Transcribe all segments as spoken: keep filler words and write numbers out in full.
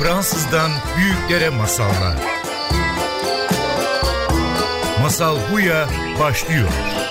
Fransız'dan büyüklere masallar. Masal Buya başlıyor.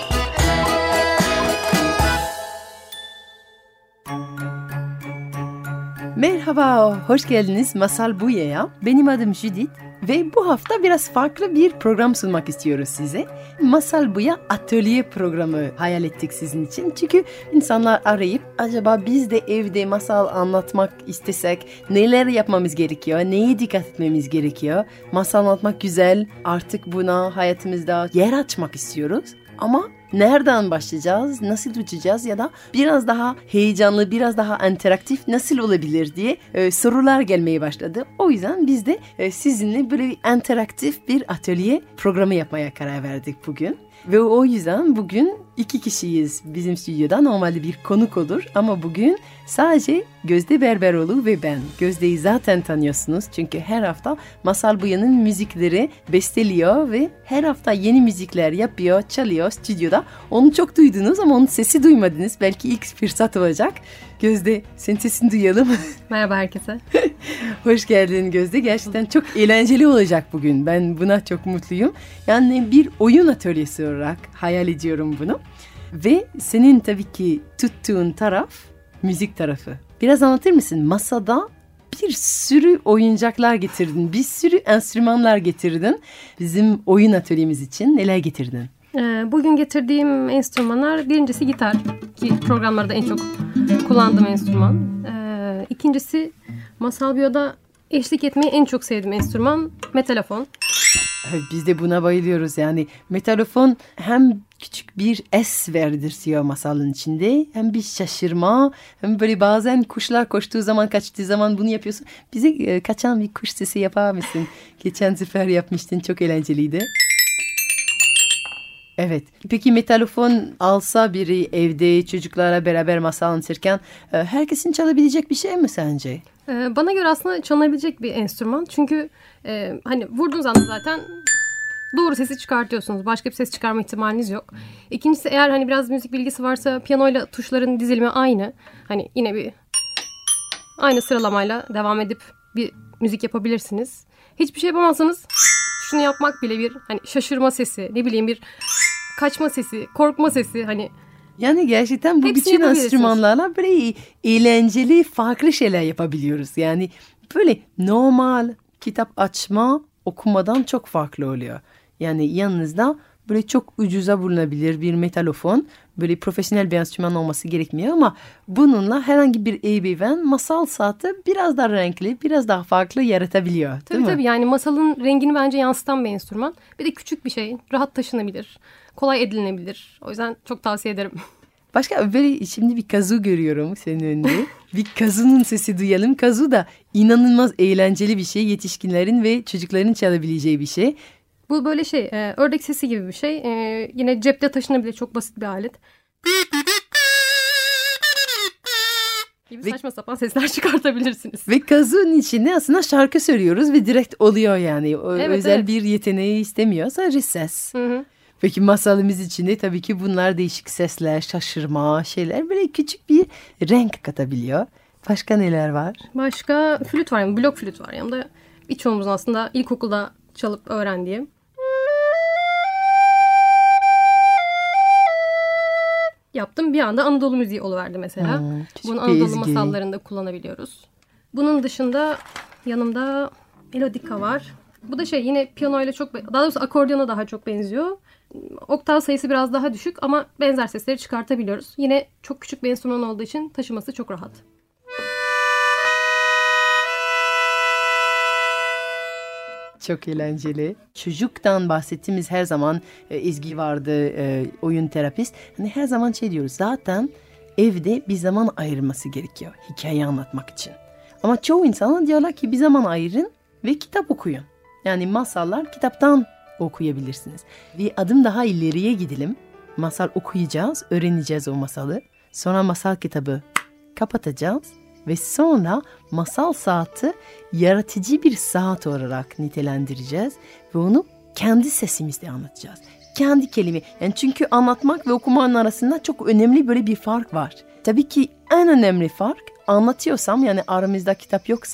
Merhaba, hoş geldiniz Masal Buya'ya. Benim adım Judith ve bu hafta biraz farklı bir program sunmak istiyoruz size. Masal Buya atölye programı hayal ettik sizin için. Çünkü insanlar arayıp acaba biz de evde masal anlatmak istesek neler yapmamız gerekiyor, neye dikkat etmemiz gerekiyor? Masal anlatmak güzel, artık buna hayatımızda yer açmak istiyoruz. Ama nereden başlayacağız, nasıl tutacağız ya da biraz daha heyecanlı, biraz daha interaktif nasıl olabilir diye e, sorular gelmeye başladı. O yüzden biz de e, sizinle böyle bir interaktif bir atölye programı yapmaya karar verdik bugün. Ve o yüzden bugün iki kişiyiz bizim stüdyoda. Normalde bir konuk olur ama bugün sadece Gözde Berberoğlu ve ben. Gözde'yi zaten tanıyorsunuz çünkü her hafta Masal Buya'nın müzikleri besteliyor ve her hafta yeni müzikler yapıyor, çalıyor stüdyoda. Onu çok duydunuz ama onun sesi duymadınız. Belki ilk fırsat olacak. Gözde, senin sesini duyalım. Merhaba herkese. Hoş geldin Gözde. Gerçekten çok eğlenceli olacak bugün. Ben buna çok mutluyum. Yani bir oyun atölyesi olarak hayal ediyorum bunu. Ve senin tabii ki tuttuğun taraf müzik tarafı. Biraz anlatır mısın? Masada bir sürü oyuncaklar getirdin. Bir sürü enstrümanlar getirdin. Bizim oyun atölyemiz için neler getirdin? Bugün getirdiğim enstrümanlar birincisi gitar ki programlarda en çok kullandığım enstrüman. İkincisi Masal Buya'da eşlik etmeyi en çok sevdiğim enstrüman metalofon. Biz de buna bayılıyoruz yani. Metalofon hem küçük bir es verdirtiyor masalın içinde. Hem bir şaşırma, hem böyle bazen kuşlar koştuğu zaman, kaçtığı zaman bunu yapıyorsun. Bize e, kaçan bir kuş sesi yapar mısın? Geçen sefer yapmıştın, çok eğlenceliydi. Evet. Peki metalofon alsa biri evde çocuklarla beraber masal anlatırken e, herkesin çalabilecek bir şey mi sence? Bana göre aslında çalınabilecek bir enstrüman. Çünkü e, hani vurduğunuz anda zaten doğru sesi çıkartıyorsunuz. Başka bir ses çıkarma ihtimaliniz yok. İkincisi, eğer hani biraz müzik bilgisi varsa piyanoyla tuşların dizilimi aynı. Hani yine bir aynı sıralamayla devam edip bir müzik yapabilirsiniz. Hiçbir şey yapamazsanız şunu yapmak bile bir hani şaşırma sesi, ne bileyim bir kaçma sesi, korkma sesi hani. Yani gerçekten bu bütün enstrümanlarla böyle eğlenceli farklı şeyler yapabiliyoruz. Yani böyle normal kitap açma okumadan çok farklı oluyor. Yani yanınızda böyle çok ucuza bulunabilir bir metalofon, böyle profesyonel bir enstrüman olması gerekmiyor ama bununla herhangi bir ebeveyn masal saati biraz daha renkli, biraz daha farklı yaratabiliyor. Tabii tabii mi? Yani masalın rengini bence yansıtan bir enstrüman. Bir de küçük bir şey, rahat taşınabilir, kolay edilebilir. O yüzden çok tavsiye ederim. Başka böyle şimdi bir kazoo görüyorum senin önünde. Bir kazunun sesi duyalım. Kazoo da inanılmaz eğlenceli bir şey. Yetişkinlerin ve çocukların çalabileceği bir şey. Bu böyle şey, e, ördek sesi gibi bir şey. E, yine cepte taşınabilir, çok basit bir alet. Gibi ve, saçma sapan sesler çıkartabilirsiniz. Ve kazunun içinde aslında şarkı söylüyoruz ve direkt oluyor yani. O, evet, özel evet. Bir yeteneği istemiyor, sadece ses. Hı hı. Peki masalımız içinde tabii ki bunlar değişik sesler, şaşırma şeyler böyle küçük bir renk katabiliyor. Başka neler var? Başka flüt var, yani blok flüt var. Yanımda birçoğumuzun aslında ilkokulda çalıp öğrendiği. Yaptım, bir anda Anadolu müziği oluverdi mesela. Hmm, Bunu Anadolu ezgi. Masallarında kullanabiliyoruz. Bunun dışında yanımda melodika var. Bu da şey, yine piyanoyla çok, daha doğrusu akordiyona daha çok benziyor. Oktav sayısı biraz daha düşük ama benzer sesleri çıkartabiliyoruz. Yine çok küçük bir enstrüman olduğu için taşıması çok rahat. Çok eğlenceli. Çocuktan bahsettiğimiz her zaman e, Ezgi vardı, e, oyun terapist. Hani her zaman şey diyoruz, zaten evde bir zaman ayırması gerekiyor hikaye anlatmak için. Ama çoğu insana diyorlar ki bir zaman ayırın ve kitap okuyun. Yani masallar kitaptan okuyabilirsiniz. Bir adım daha ileriye gidelim. Masal okuyacağız, öğreneceğiz o masalı. Sonra masal kitabı kapatacağız. Ve sonra masal saati yaratıcı bir saat olarak nitelendireceğiz. Ve onu kendi sesimizle anlatacağız. Kendi kelime. Yani çünkü anlatmak ve okumanın arasında çok önemli böyle bir fark var. Tabii ki en önemli fark, anlatıyorsam yani aramızda kitap yoksa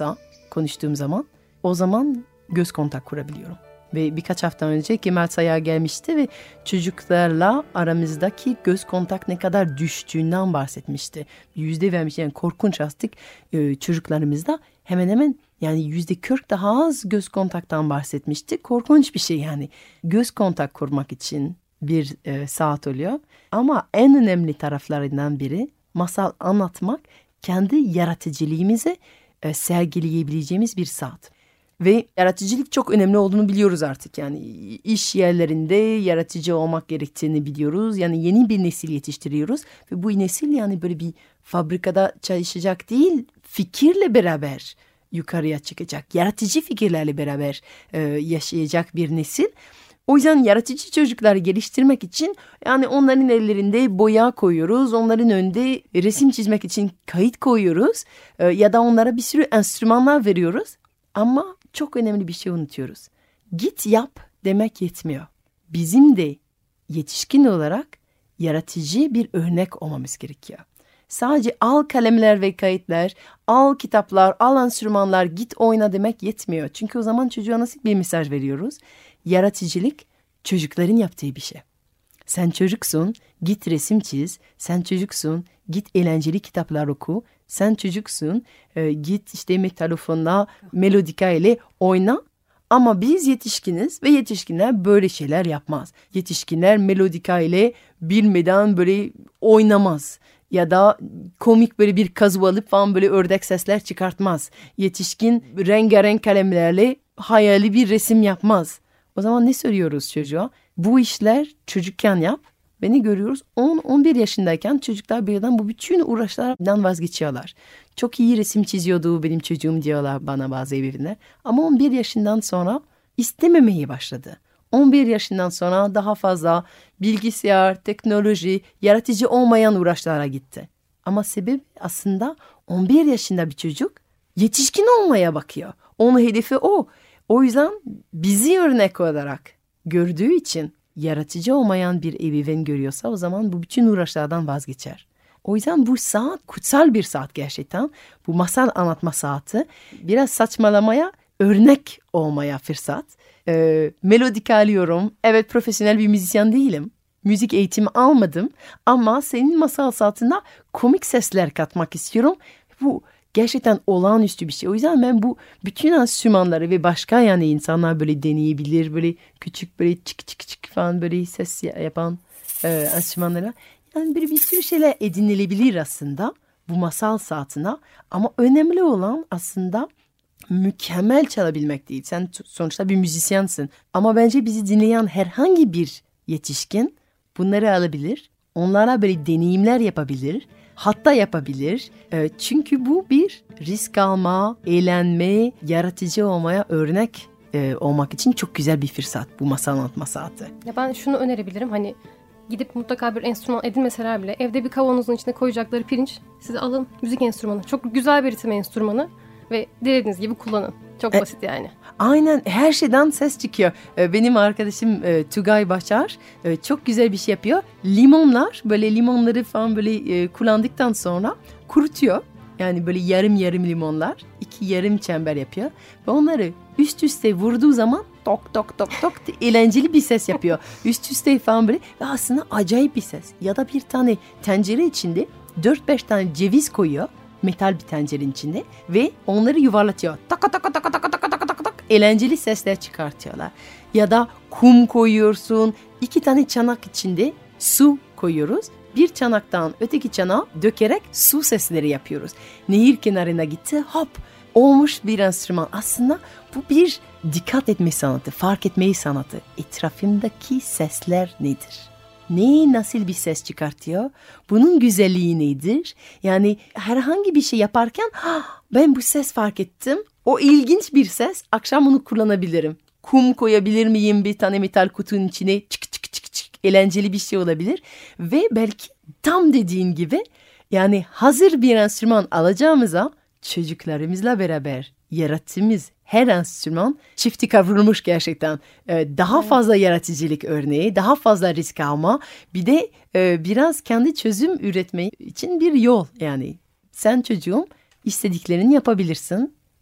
konuştuğum zaman o zaman göz kontak kurabiliyorum. Ve birkaç hafta önce Kemal Sayar gelmişti ve çocuklarla aramızdaki göz kontak ne kadar düştüğünden bahsetmişti. Yüzde vermiş yani korkunç hastik e, çocuklarımızda hemen hemen yani yüzde kırk daha az göz kontaktan bahsetmişti. Korkunç bir şey yani. Göz kontak kurmak için bir e, saat oluyor. Ama en önemli taraflarından biri masal anlatmak, kendi yaratıcılığımızı e, sergileyebileceğimiz bir saat. Ve yaratıcılık çok önemli olduğunu biliyoruz artık. Yani iş yerlerinde yaratıcı olmak gerektiğini biliyoruz. Yani yeni bir nesil yetiştiriyoruz. Ve bu nesil yani böyle bir fabrikada çalışacak değil, fikirle beraber yukarıya çıkacak. Yaratıcı fikirlerle beraber e, yaşayacak bir nesil. O yüzden yaratıcı çocukları geliştirmek için yani onların ellerinde boya koyuyoruz. Onların önünde resim çizmek için kayıt koyuyoruz. E, ya da onlara bir sürü enstrümanlar veriyoruz. Ama çok önemli bir şey unutuyoruz. Git yap demek yetmiyor. Bizim de yetişkin olarak yaratıcı bir örnek olmamız gerekiyor. Sadece al kalemler ve kayıtlar, al kitaplar, al enstrümanlar, git oyna demek yetmiyor. Çünkü o zaman çocuğa nasıl bir mesaj veriyoruz? Yaratıcılık çocukların yaptığı bir şey. Sen çocuksun, git resim çiz. Sen çocuksun, git eğlenceli kitaplar oku. Sen çocuksun, e, git işte metalofonla, melodika ile oyna. Ama biz yetişkiniz ve yetişkinler böyle şeyler yapmaz. Yetişkinler melodika ile bilmeden böyle oynamaz. Ya da komik böyle bir kazı alıp falan böyle ördek sesler çıkartmaz. Yetişkin rengarenk kalemlerle hayali bir resim yapmaz. O zaman ne söylüyoruz çocuğa? Bu işler çocukken yap. Beni görüyoruz on on bir yaşındayken çocuklar birden bu bütün uğraşlardan vazgeçiyorlar. Çok iyi resim çiziyordu benim çocuğum diyorlar bana bazı ebeveynler. Ama on bir yaşından sonra istememeye başladı. on bir yaşından sonra daha fazla bilgisayar, teknoloji, yaratıcı olmayan uğraşlara gitti. Ama sebep aslında on bir yaşında bir çocuk yetişkin olmaya bakıyor. Onun hedefi o. O yüzden bizi örnek olarak gördüğü için yaratıcı olmayan bir ebeveyn görüyorsa o zaman bu bütün uğraşlardan vazgeçer. O yüzden bu saat kutsal bir saat gerçekten. Bu masal anlatma saati biraz saçmalamaya, örnek olmaya fırsat. Ee, melodika alıyorum. Evet, profesyonel bir müzisyen değilim. Müzik eğitimi almadım. Ama senin masal saatinde komik sesler katmak istiyorum. Bu gerçekten olağanüstü bir şey. O yüzden ben bu bütün enstrümanları ve başka yani insanlar böyle deneyebilir. Böyle küçük böyle çık çık çık falan böyle ses yapan e, enstrümanlara. Yani böyle bir sürü şeyler edinilebilir aslında bu masal saatine. Ama önemli olan aslında mükemmel çalabilmek değil. Sen sonuçta bir müzisyensin. Ama bence bizi dinleyen herhangi bir yetişkin bunları alabilir. Onlara böyle deneyimler yapabilir. Hatta yapabilir. E, çünkü bu bir risk alma, eğlenme, yaratıcı olmaya örnek e, olmak için çok güzel bir fırsat bu masal anlatma saati. Ya ben şunu önerebilirim. Hani gidip mutlaka bir enstrüman edinmeseler bile evde bir kavanozun içine koyacakları pirinç, size alın müzik enstrümanı. Çok güzel bir ritim enstrümanı ve dilediğiniz gibi kullanın. Çok e, basit yani. Aynen, her şeyden ses çıkıyor. Benim arkadaşım Tugay Başar çok güzel bir şey yapıyor. Limonlar, böyle limonları falan böyle kullandıktan sonra kurutuyor. Yani böyle yarım yarım limonlar, iki yarım çember yapıyor. Ve onları üst üste vurduğu zaman tok tok tok tok eğlenceli bir ses yapıyor. Üst üste falan böyle ve aslında acayip bir ses. Ya da bir tane tencere içinde dört beş tane ceviz koyuyor. Metal bir tencerenin içinde ve onları yuvarlatıyor. Taka taka taka taka taka taka taka tak eğlenceli sesler çıkartıyorlar. Ya da kum koyuyorsun. İki tane çanak içinde su koyuyoruz. Bir çanaktan öteki çanağa dökerek su sesleri yapıyoruz. Nehir kenarına gitti, hop olmuş bir enstrüman. Aslında bu bir dikkat etme sanatı, fark etmeyi sanatı. Etrafımdaki sesler nedir? Ne, nasıl bir ses çıkartıyor? Bunun güzelliği nedir? Yani herhangi bir şey yaparken ben bu ses fark ettim. O ilginç bir ses. Akşam onu kullanabilirim. Kum koyabilir miyim bir tane metal kutunun içine? Çık çık çık çık. Eğlenceli bir şey olabilir. Ve belki tam dediğin gibi yani hazır bir enstrüman alacağımıza çocuklarımızla beraber yarattığımız her enstrüman çifti kavrulmuş gerçekten. Ee, daha evet. fazla yaratıcılık örneği, daha fazla risk alma. Bir de e, biraz kendi çözüm üretme için bir yol. Yani sen çocuğum istediklerini yapabilirsin.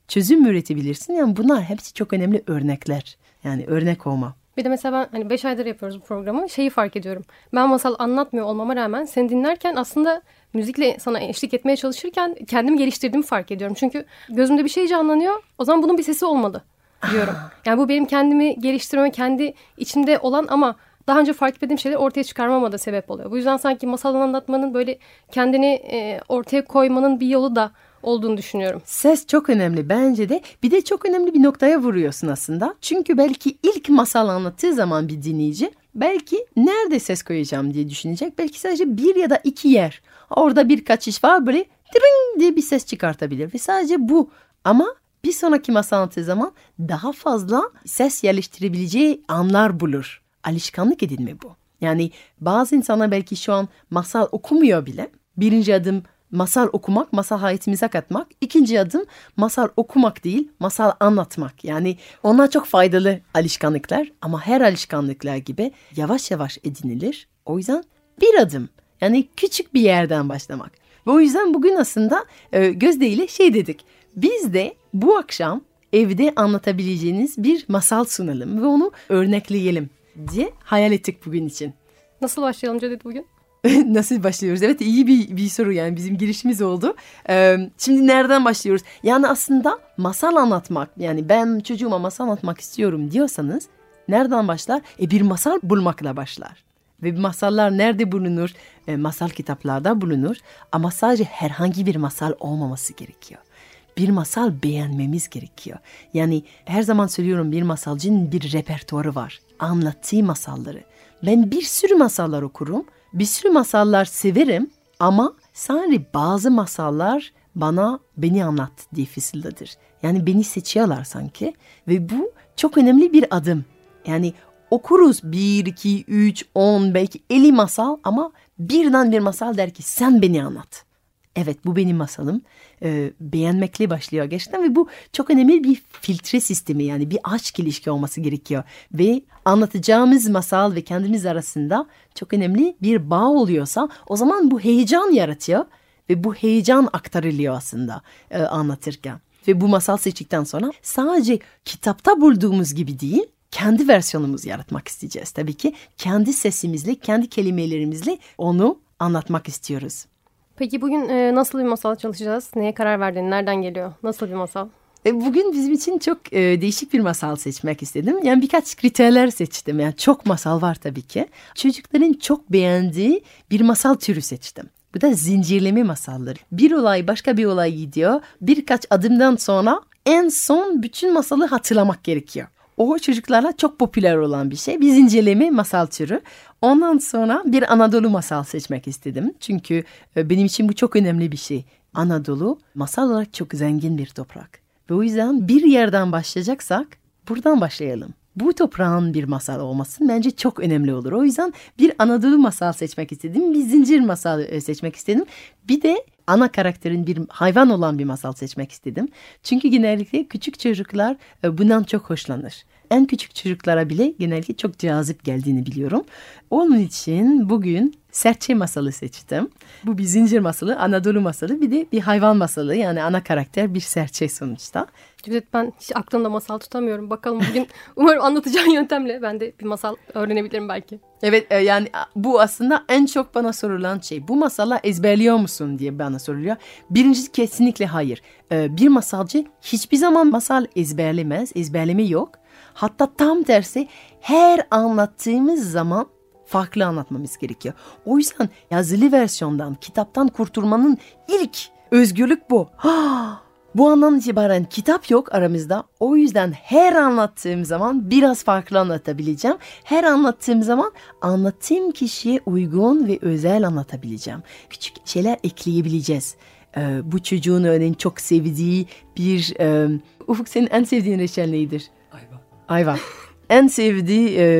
çözüm üretebilirsin. Yani bunlar hepsi çok önemli örnekler. Yani örnek olma. Bir de mesela ben hani beş aydır yapıyoruz bu programı. Şeyi fark ediyorum. Ben masal anlatmıyor olmama rağmen seni dinlerken aslında müzikle sana eşlik etmeye çalışırken kendimi geliştirdiğimi fark ediyorum. Çünkü gözümde bir şey canlanıyor. O zaman bunun bir sesi olmalı diyorum. Yani bu benim kendimi geliştirmeme, kendi içimde olan ama daha önce fark etmediğim şeyleri ortaya çıkarmama da sebep oluyor. Bu yüzden sanki masal anlatmanın böyle kendini e, ortaya koymanın bir yolu da olduğunu düşünüyorum. Ses çok önemli bence de. Bir de çok önemli bir noktaya vuruyorsun aslında. Çünkü belki ilk masal anlattığı zaman bir dinleyici belki nerede ses koyacağım diye düşünecek. Belki sadece bir ya da iki yer. Orada birkaç iş var, böyle tırın diye bir ses çıkartabilir ve sadece bu. Ama bir sonraki masal anlattığı zaman daha fazla ses yerleştirebileceği anlar bulur. Alışkanlık edinme bu. Yani bazı insanlar belki şu an masal okumuyor bile. Birinci adım masal okumak, masal hayatımıza katmak. İkinci adım masal okumak değil, masal anlatmak. Yani onlar çok faydalı alışkanlıklar ama her alışkanlıklar gibi yavaş yavaş edinilir. O yüzden bir adım, yani küçük bir yerden başlamak. Ve o yüzden bugün aslında e, Gözde ile şey dedik. Biz de bu akşam evde anlatabileceğiniz bir masal sunalım ve onu örnekleyelim diye hayal ettik bugün için. Nasıl başlayalım Cedid bugün? Nasıl başlıyoruz? Evet, iyi bir, bir soru, yani bizim girişimiz oldu. Ee, şimdi nereden başlıyoruz? Yani aslında masal anlatmak, yani ben çocuğuma masal anlatmak istiyorum diyorsanız nereden başlar? E bir masal bulmakla başlar. Ve masallar nerede bulunur? E, masal kitaplarda bulunur. Ama sadece herhangi bir masal olmaması gerekiyor. Bir masal beğenmemiz gerekiyor. Yani her zaman söylüyorum, bir masalcının bir repertuarı var. Anlattığı masalları. Ben bir sürü masallar okurum. Bir sürü masallar severim ama sadece bazı masallar bana beni anlat diye fısıldadır. Yani beni seçiyorlar sanki ve bu çok önemli bir adım. Yani okuruz bir, iki, üç, on, belki elli masal ama birden bir masal der ki sen beni anlat. Evet, bu benim masalım. Ee, beğenmekle başlıyor gerçekten ve bu çok önemli bir filtre sistemi, yani bir aşk ilişki olması gerekiyor. Ve anlatacağımız masal ve kendimiz arasında çok önemli bir bağ oluyorsa o zaman bu heyecan yaratıyor ve bu heyecan aktarılıyor aslında e, anlatırken. Ve bu masal seçtikten sonra sadece kitapta bulduğumuz gibi değil, kendi versiyonumuzu yaratmak isteyeceğiz. Tabii ki kendi sesimizle, kendi kelimelerimizle onu anlatmak istiyoruz. Peki bugün e, nasıl bir masal çalışacağız? Neye karar verdin? Nereden geliyor? Nasıl bir masal? E, bugün bizim için çok e, değişik bir masal seçmek istedim. Yani birkaç kriterler seçtim. Yani çok masal var tabii ki. Çocukların çok beğendiği bir masal türü seçtim. Bu da zincirleme masalları. Bir olay başka bir olay gidiyor. Birkaç adımdan sonra en son bütün masalı hatırlamak gerekiyor. O çocuklarla çok popüler olan bir şey. Bir zincirleme masal türü. Ondan sonra bir Anadolu masal seçmek istedim. Çünkü benim için bu çok önemli bir şey. Anadolu masal olarak çok zengin bir toprak. Ve o yüzden bir yerden başlayacaksak buradan başlayalım. Bu toprağın bir masal olması bence çok önemli olur. O yüzden bir Anadolu masal seçmek istedim. Bir zincir masal seçmek istedim. Bir de ana karakterin bir hayvan olan bir masal seçmek istedim. Çünkü genellikle küçük çocuklar bundan çok hoşlanır. En küçük çocuklara bile genellikle çok cazip geldiğini biliyorum. Onun için bugün serçe masalı seçtim. Bu bir zincir masalı, Anadolu masalı, bir de bir hayvan masalı. Yani ana karakter bir serçe sonuçta. Evet, ben hiç aklımda masal tutamıyorum. Bakalım bugün umarım anlatacağın yöntemle ben de bir masal öğrenebilirim belki. Evet, yani bu aslında en çok bana sorulan şey. Bu masala ezberliyor musun diye bana soruluyor. Birincisi kesinlikle hayır. Bir masalcı hiçbir zaman masal ezberlemez. Ezberleme yok. Hatta tam tersi, her anlattığımız zaman farklı anlatmamız gerekiyor. O yüzden yazılı versiyondan, kitaptan kurtulmanın ilk özgürlük bu. Ha, bu andan itibaren kitap yok aramızda. O yüzden her anlattığım zaman biraz farklı anlatabileceğim. Her anlattığım zaman anlattığım kişiye uygun ve özel anlatabileceğim. Küçük şeyler ekleyebileceğiz. Ee, bu çocuğun örneğin çok sevdiği bir... E, Ufuk, senin en sevdiğin reçel nedir? Ayva. Ayva. En sevdiği e, e,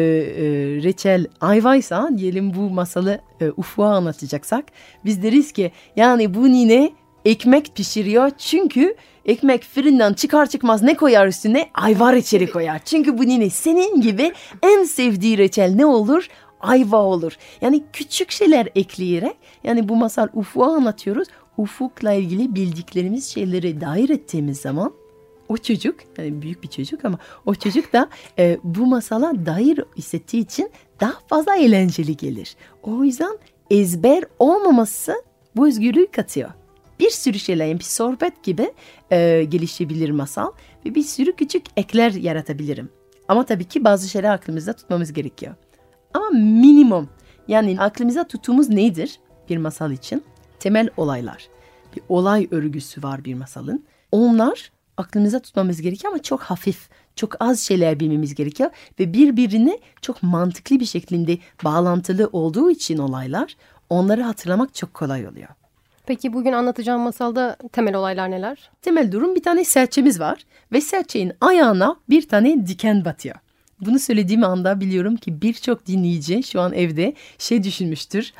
reçel ayvaysa, diyelim bu masalı e, Ufuk'a anlatacaksak, biz deriz ki yani bu nine ekmek pişiriyor çünkü ekmek fırından çıkar çıkmaz ne koyar üstüne? Ayva reçeli koyar. Çünkü bu nine senin gibi en sevdiği reçel ne olur? Ayva olur. Yani küçük şeyler ekleyerek, yani bu masal Ufuk'a anlatıyoruz. Ufuk'la ilgili bildiklerimiz şeyleri dair ettiğimiz zaman o çocuk, yani büyük bir çocuk ama o çocuk da e, bu masala dair hissettiği için daha fazla eğlenceli gelir. O yüzden ezber olmaması bu özgürlüğü katıyor. Bir sürü şeyler, yani bir sohbet gibi e, gelişebilir masal ve bir sürü küçük ekler yaratabilirim. Ama tabii ki bazı şeyler aklımızda tutmamız gerekiyor. Ama minimum, yani aklımıza tuttuğumuz nedir bir masal için? Temel olaylar. Bir olay örgüsü var bir masalın. Onlar aklımıza tutmamız gerekiyor ama çok hafif, çok az şeyler bilmemiz gerekiyor. Ve birbirine çok mantıklı bir şekilde bağlantılı olduğu için olaylar, onları hatırlamak çok kolay oluyor. Peki bugün anlatacağım masalda temel olaylar neler? Temel durum, bir tane serçemiz var ve serçenin ayağına bir tane diken batıyor. Bunu söylediğim anda biliyorum ki birçok dinleyici şu an evde şey düşünmüştür.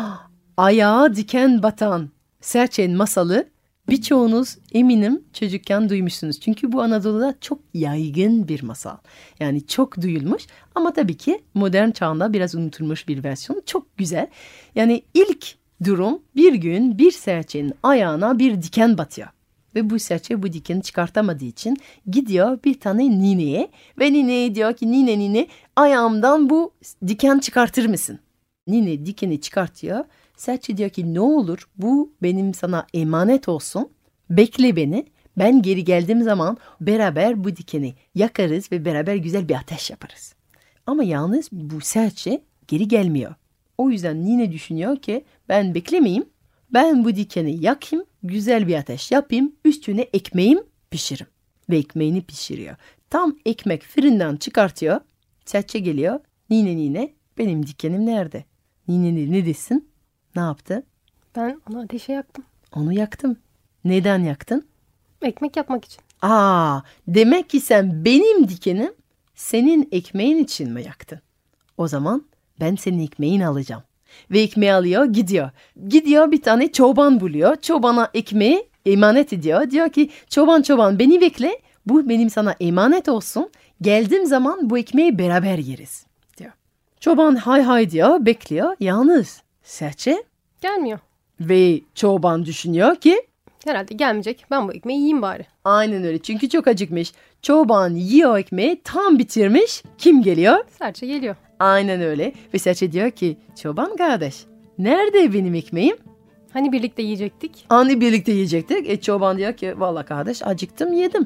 Ayağa diken batan serçenin masalı birçoğunuz eminim çocukken duymuşsunuz. Çünkü bu Anadolu'da çok yaygın bir masal. Yani çok duyulmuş ama tabii ki modern çağında biraz unutulmuş bir versiyon. Çok güzel. Yani ilk durum, bir gün bir serçenin ayağına bir diken batıyor. Ve bu serçe bu dikeni çıkartamadığı için gidiyor bir tane nineye ve nineye diyor ki nine nine ayağımdan bu diken çıkartır mısın? Nine dikeni çıkartıyor. Serçe diyor ki ne olur bu benim sana emanet olsun. Bekle beni. Ben geri geldiğim zaman beraber bu dikeni yakarız ve beraber güzel bir ateş yaparız. Ama yalnız bu serçe geri gelmiyor. O yüzden Nine düşünüyor ki ben beklemeyeyim. Ben bu dikeni yakayım, güzel bir ateş yapayım, üstüne ekmeğim pişirim. Ve ekmeğini pişiriyor. Tam ekmek fırından çıkartıyor. Serçe geliyor. Nine nine benim dikenim nerede? Nine ne desin? Ne yaptı? Ben onu ateşe yaktım. Onu yaktım. Neden yaktın? Ekmek yapmak için. Aa, demek ki sen benim dikenim senin ekmeğin için mi yaktın? O zaman ben senin ekmeğini alacağım. Ve ekmeği alıyor gidiyor. Gidiyor bir tane çoban buluyor. Çobana ekmeği emanet ediyor. Diyor ki çoban çoban beni bekle. Bu benim sana emanet olsun. Geldiğim zaman bu ekmeği beraber yeriz diyor. Çoban hay hay diyor, bekliyor. Yalnız serçe gelmiyor. Ve çoban düşünüyor ki herhalde gelmeyecek. Ben bu ekmeği yiyeyim bari. Aynen öyle. Çünkü çok acıkmış. Çoban yiyor ekmeği, tam bitirmiş. Kim geliyor? Serçe geliyor. Aynen öyle. Ve serçe diyor ki çoban kardeş nerede benim ekmeğim? Hani birlikte yiyecektik? Hani birlikte yiyecektik. E çoban diyor ki vallahi kardeş acıktım yedim.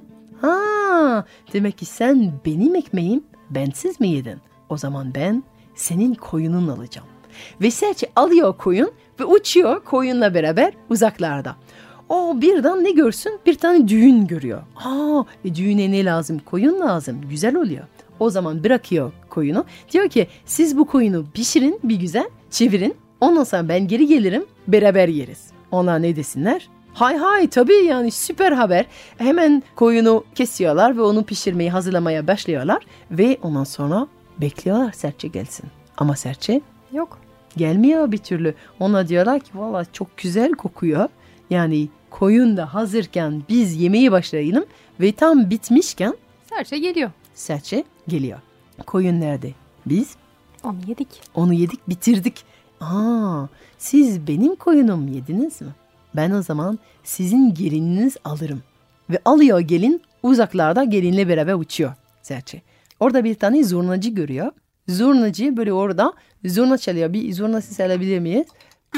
Ha, demek ki sen benim ekmeğim bensiz mi yedin? O zaman ben senin koyunun alacağım. Ve serçe alıyor koyun ve uçuyor koyunla beraber uzaklarda. O birden ne görsün? Bir tane düğün görüyor. Aa, e, düğüne ne lazım? Koyun lazım. Güzel oluyor. O zaman bırakıyor koyunu. Diyor ki siz bu koyunu pişirin bir güzel, çevirin. Ondan sonra ben geri gelirim, beraber yeriz. Onlar ne desinler? Hay hay tabii, yani süper haber. Hemen koyunu kesiyorlar ve onu pişirmeyi hazırlamaya başlıyorlar. Ve ondan sonra bekliyorlar serçe gelsin. Ama serçe yok. Gelmiyor bir türlü. Ona diyorlar ki valla çok güzel kokuyor. Yani koyun da hazırken biz yemeği başlayalım ve tam bitmişken serçe geliyor. Serçe geliyor. Koyun nerede? Biz onu yedik. Onu yedik, bitirdik. Aa, siz benim koyunumu yediniz mi? Ben o zaman sizin gelininiz alırım. Ve alıyor gelin, uzaklarda gelinle beraber uçuyor serçe. Orada bir tane zurnacı görüyor. Zurnacı böyle orada zurna çalıyor. Bir zurna sesi alabilir miyiz?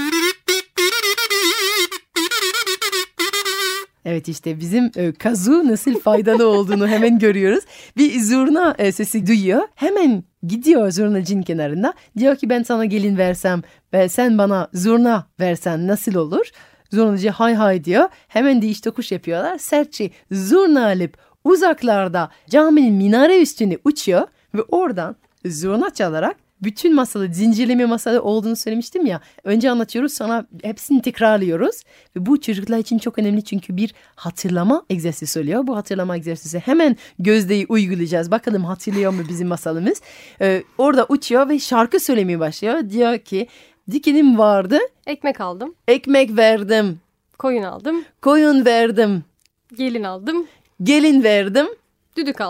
Evet, işte bizim e, kazu nasıl faydalı olduğunu hemen görüyoruz. Bir zurna e, sesi duyuyor. Hemen gidiyor zurnacının kenarında. Diyor ki ben sana gelin versem ve sen bana zurna versen nasıl olur? Zurnacı hay hay diyor. Hemen değiş tokuş yapıyorlar. Serçe zurna alıp uzaklarda caminin minare üstüne uçuyor. Ve oradan zurna çalarak bütün masalı, zincirleme masalı olduğunu söylemiştim ya. Önce anlatıyoruz, sonra hepsini tekrarlıyoruz. Ve bu çocuklar için çok önemli çünkü bir hatırlama egzersizi oluyor. Bu hatırlama egzersizi hemen Gözde'yi uygulayacağız. Bakalım hatırlıyor mu bizim masalımız? Ee, orada uçuyor ve şarkı söylemeye başlıyor. Diyor ki dikenim vardı. Ekmek aldım. Ekmek verdim. Koyun aldım. Koyun verdim. Gelin aldım. Gelin verdim. Düdük aldım.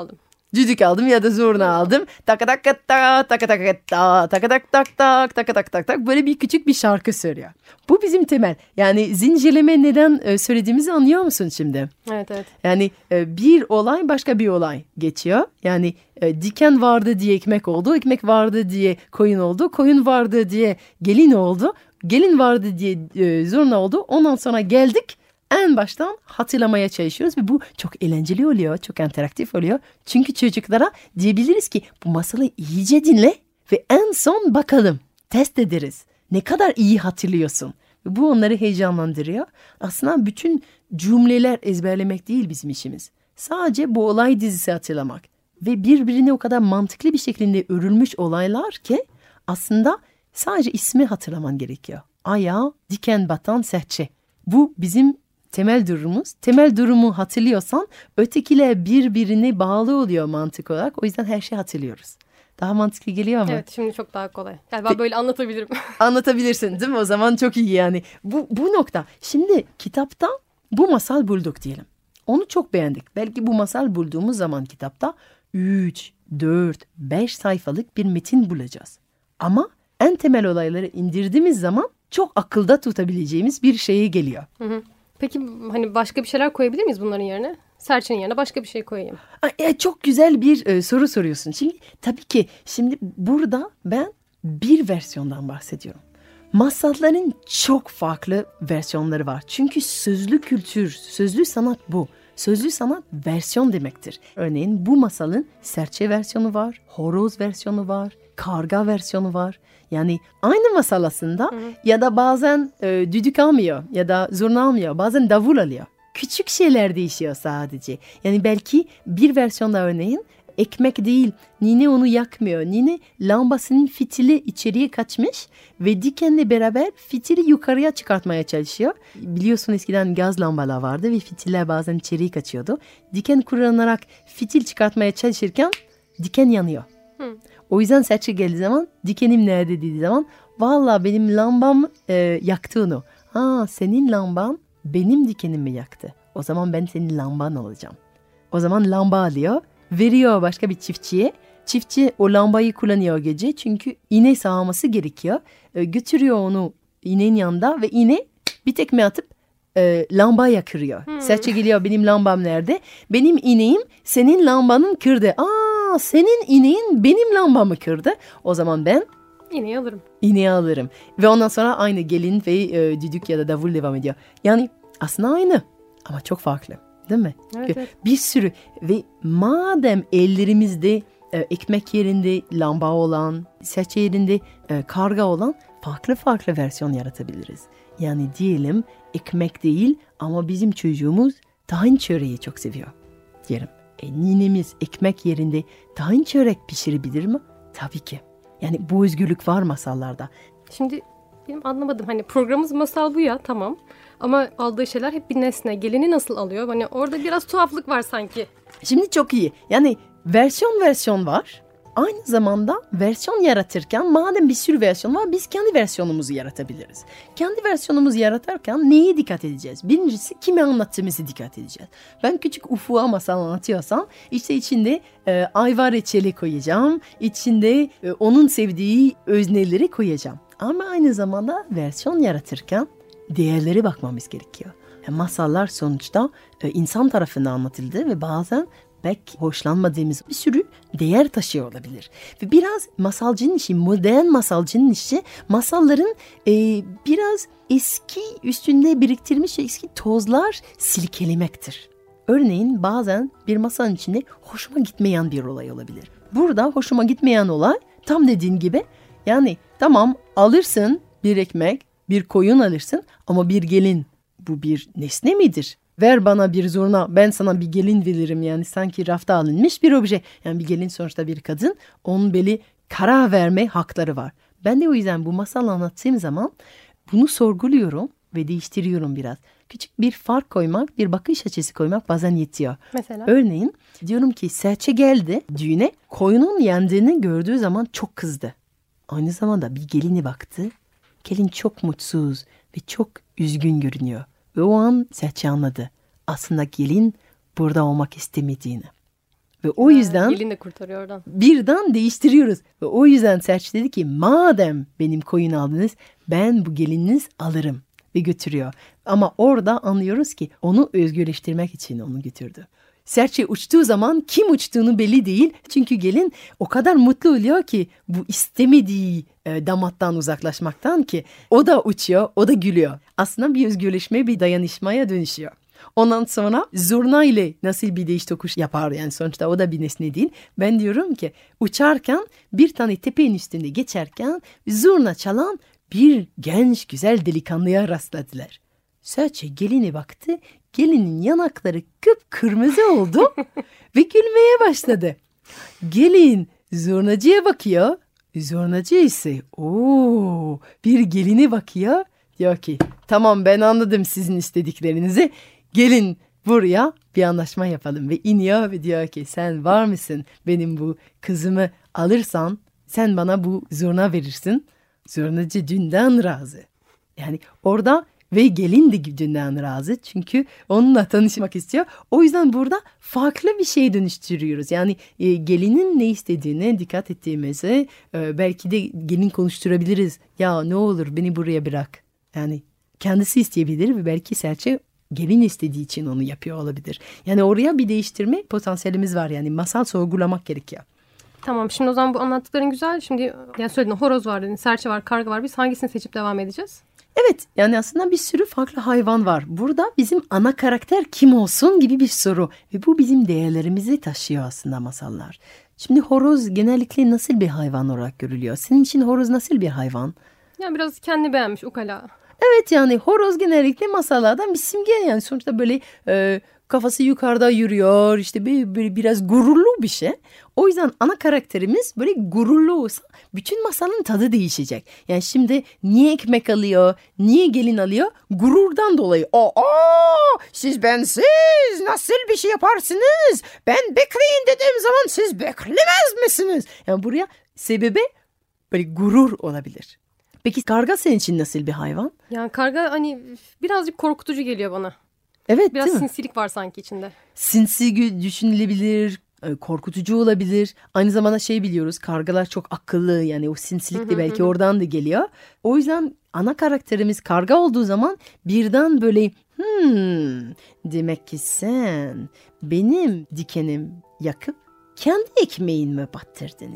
Düdük aldım ya da zurna aldım. Tak tak tak tak tak tak tak tak tak tak tak tak tak tak tak böyle bir küçük bir şarkı söylüyor. Bu bizim temel. Yani zincirleme neden söylediğimizi anlıyor musun şimdi? Evet evet. Yani bir olay başka bir olay geçiyor. Yani diken vardı diye ekmek oldu. Ekmek vardı diye koyun oldu. Koyun vardı diye gelin oldu. Gelin vardı diye zurna oldu. Ondan sonra geldik. En baştan hatırlamaya çalışıyoruz ve bu çok eğlenceli oluyor, çok interaktif oluyor. Çünkü çocuklara diyebiliriz ki bu masalı iyice dinle ve en son bakalım, test ederiz. Ne kadar iyi hatırlıyorsun. Ve bu onları heyecanlandırıyor. Aslında bütün cümleler ezberlemek değil bizim işimiz. Sadece bu olay dizisi hatırlamak. Ve birbirine o kadar mantıklı bir şekilde örülmüş olaylar ki aslında sadece ismi hatırlaman gerekiyor. Ayağı diken batan serçe. Bu bizim temel durumumuz. Temel durumu hatırlıyorsan ötekiler birbirine bağlı oluyor mantık olarak. O yüzden her şeyi hatırlıyoruz. Daha mantıklı geliyor mu? Evet, şimdi çok daha kolay. Yani ben böyle anlatabilirim. Anlatabilirsin değil mi? O zaman çok iyi yani. Bu, bu nokta. Şimdi kitapta bu masal bulduk diyelim. Onu çok beğendik. Belki bu masal bulduğumuz zaman kitapta üç, dört, beş sayfalık bir metin bulacağız. Ama en temel olayları indirdiğimiz zaman çok akılda tutabileceğimiz bir şeye geliyor. Hı hı. Peki hani başka bir şeyler koyabilir miyiz bunların yerine? Serçenin yerine başka bir şey koyayım. Ay, çok güzel bir e, soru soruyorsun. Şimdi tabii ki şimdi burada ben bir versiyondan bahsediyorum. Masalların çok farklı versiyonları var. Çünkü sözlü kültür, sözlü sanat bu. Sözlü sanat versiyon demektir. Örneğin bu masalın serçe versiyonu var, horoz versiyonu var, karga versiyonu var. Yani aynı masal aslında hı hı. ya da bazen e, düdük almıyor ya da zurna almıyor, bazen davul alıyor. Küçük şeyler değişiyor sadece. Yani belki bir versiyonda örneğin ekmek değil, nine onu yakmıyor. Nine lambasının fitili içeriye kaçmış ve dikenle beraber fitili yukarıya çıkartmaya çalışıyor. Biliyorsun eskiden gaz lambalar vardı ve fitiller bazen içeriye kaçıyordu. Diken kullanarak fitil çıkartmaya çalışırken diken yanıyor. Hı. O yüzden serçe geldiği zaman dikenim nerede dediği zaman valla benim lambam e, yaktı onu. Ha senin lamban benim dikenimi yaktı. O zaman ben senin lamban alacağım. O zaman lamba alıyor. Veriyor başka bir çiftçiye. Çiftçi o lambayı kullanıyor gece. Çünkü iğne sağması gerekiyor. E, götürüyor onu iğnenin yanında ve iğne bir tekme atıp e, lamba yakırıyor. Hmm. Serçe geliyor benim lambam nerede? Benim iğneyim senin lambanın kırdı. Aa senin iğneyin benim lambamı kırdı. O zaman ben iğneyi alırım. İğneyi alırım. Ve ondan sonra aynı gelin ve e, düdük ya da davul devam ediyor. Yani aslında aynı ama çok farklı. Değil mi? Evet, evet. Bir sürü ve madem ellerimizde e, ekmek yerinde lamba olan, serçe yerinde e, karga olan farklı farklı versiyon yaratabiliriz. Yani diyelim ekmek değil ama bizim çocuğumuz tahin çöreği çok seviyor diyelim. E, ninemiz ekmek yerinde tahin çörek pişirebilir mi? Tabii ki. Yani bu özgürlük var masallarda. Şimdi benim anlamadım. Hani programımız masal bu ya tamam. Ama aldığı şeyler hep bir nesne. Gelini nasıl alıyor? Hani orada biraz tuhaflık var sanki. Şimdi çok iyi. Yani versiyon versiyon var. Aynı zamanda versiyon yaratırken madem bir sürü versiyon var biz kendi versiyonumuzu yaratabiliriz. Kendi versiyonumuzu yaratırken neye dikkat edeceğiz? Birincisi kime anlattığımızı dikkat edeceğiz. Ben küçük ufuğa masal anlatıyorsam işte içinde e, ayva reçeli koyacağım. İçinde e, onun sevdiği özneleri koyacağım. Ama aynı zamanda versiyon yaratırken değerlere bakmamız gerekiyor. Yani masallar sonuçta e, insan tarafından anlatıldı ve bazen pek hoşlanmadığımız bir sürü değer taşıyor olabilir. Ve biraz masalcının işi, modern masalcının işi masalların e, biraz eski üstünde biriktirmiş eski tozlar silkelemektir. Örneğin bazen bir masalın içinde hoşuma gitmeyen bir olay olabilir. Burada hoşuma gitmeyen olay tam dediğin gibi yani tamam alırsın bir ekmek, bir koyun alırsın ama bir gelin bu bir nesne midir? Ver bana bir zurna ben sana bir gelin veririm yani sanki rafta alınmış bir obje. Yani bir gelin sonuçta bir kadın onun belli karar verme hakları var. Ben de o yüzden bu masal anlattığım zaman bunu sorguluyorum ve değiştiriyorum biraz. Küçük bir fark koymak, bir bakış açısı koymak bazen yetiyor. Mesela? Örneğin diyorum ki serçe geldi düğüne koyunun yandığını gördüğü zaman çok kızdı. Aynı zamanda bir gelini baktı. Gelin çok mutsuz ve çok üzgün görünüyor. Ve o an serçe anladı. Aslında gelin burada olmak istemediğini. Ve o yüzden gelin de kurtarıyor oradan. Birden değiştiriyoruz. Ve o yüzden Serçe dedi ki madem benim koyun aldınız ben bu gelininiz alırım ve götürüyor. Ama orada anlıyoruz ki onu özgürleştirmek için onu götürdü. Serçe uçtuğu zaman kim uçtuğunu belli değil. Çünkü gelin o kadar mutlu oluyor ki bu istemediği e, damattan uzaklaşmaktan ki o da uçuyor, o da gülüyor. Aslında bir özgürleşme, bir dayanışmaya dönüşüyor. Ondan sonra zurna ile nasıl bir değiş tokuş yapar yani sonuçta o da bir nesne değil. Ben diyorum ki uçarken bir tane tepenin üstünde geçerken zurna çalan bir genç güzel delikanlıya rastladılar. Serçe geline baktı, gelinin yanakları kıpkırmızı oldu ve gülmeye başladı. Gelin zurnacıya bakıyor, zurnacı ise ooo bir geline bakıyor. Diyor ki tamam ben anladım sizin istediklerinizi. Gelin buraya bir anlaşma yapalım ve iniyor ve diyor ki sen var mısın benim bu kızımı alırsan sen bana bu zurna verirsin. Zurnacı dünden razı. Yani orada ve gelin de dünden razı çünkü onunla tanışmak istiyor. O yüzden burada farklı bir şey dönüştürüyoruz. Yani e, gelinin ne istediğine dikkat ettiğimizi e, belki de gelin konuşturabiliriz. Ya ne olur beni buraya bırak. Yani kendisi isteyebilir ve belki Serçe gelin istediği için onu yapıyor olabilir. Yani oraya bir değiştirme potansiyelimiz var. Yani masal sorgulamak gerekiyor. Tamam şimdi o zaman bu anlattıkların güzel. Şimdi yani söyledin horoz var dedin, serçe var, karga var. Biz hangisini seçip devam edeceğiz? Evet yani aslında bir sürü farklı hayvan var. Burada bizim ana karakter kim olsun gibi bir soru. Ve bu bizim değerlerimizi taşıyor aslında masallar. Şimdi horoz genellikle nasıl bir hayvan olarak görülüyor? Senin için horoz nasıl bir hayvan? Yani biraz kendini beğenmiş ukala. Evet yani horoz genellikle masallardan bir simge yani sonuçta böyle e, kafası yukarıda yürüyor işte bir, bir, biraz gururlu bir şey. O yüzden ana karakterimiz böyle gururlu olsa bütün masalın tadı değişecek. Yani şimdi niye ekmek alıyor, niye gelin alıyor? Gururdan dolayı. Aa, siz bensiz nasıl bir şey yaparsınız? Ben bekleyin dediğim zaman siz beklemez misiniz? Yani buraya sebebi böyle gurur olabilir. Peki karga senin için nasıl bir hayvan? Yani karga hani birazcık korkutucu geliyor bana. Evet biraz değil mi? sinsilik var sanki içinde. Sinsi düşünülebilir, korkutucu olabilir. Aynı zamanda şey biliyoruz kargalar çok akıllı yani o sinsilik de belki oradan da geliyor. O yüzden ana karakterimiz karga olduğu zaman birden böyle hmm, demek ki sen benim dikenim yakıp kendi ekmeğinmi battırdın.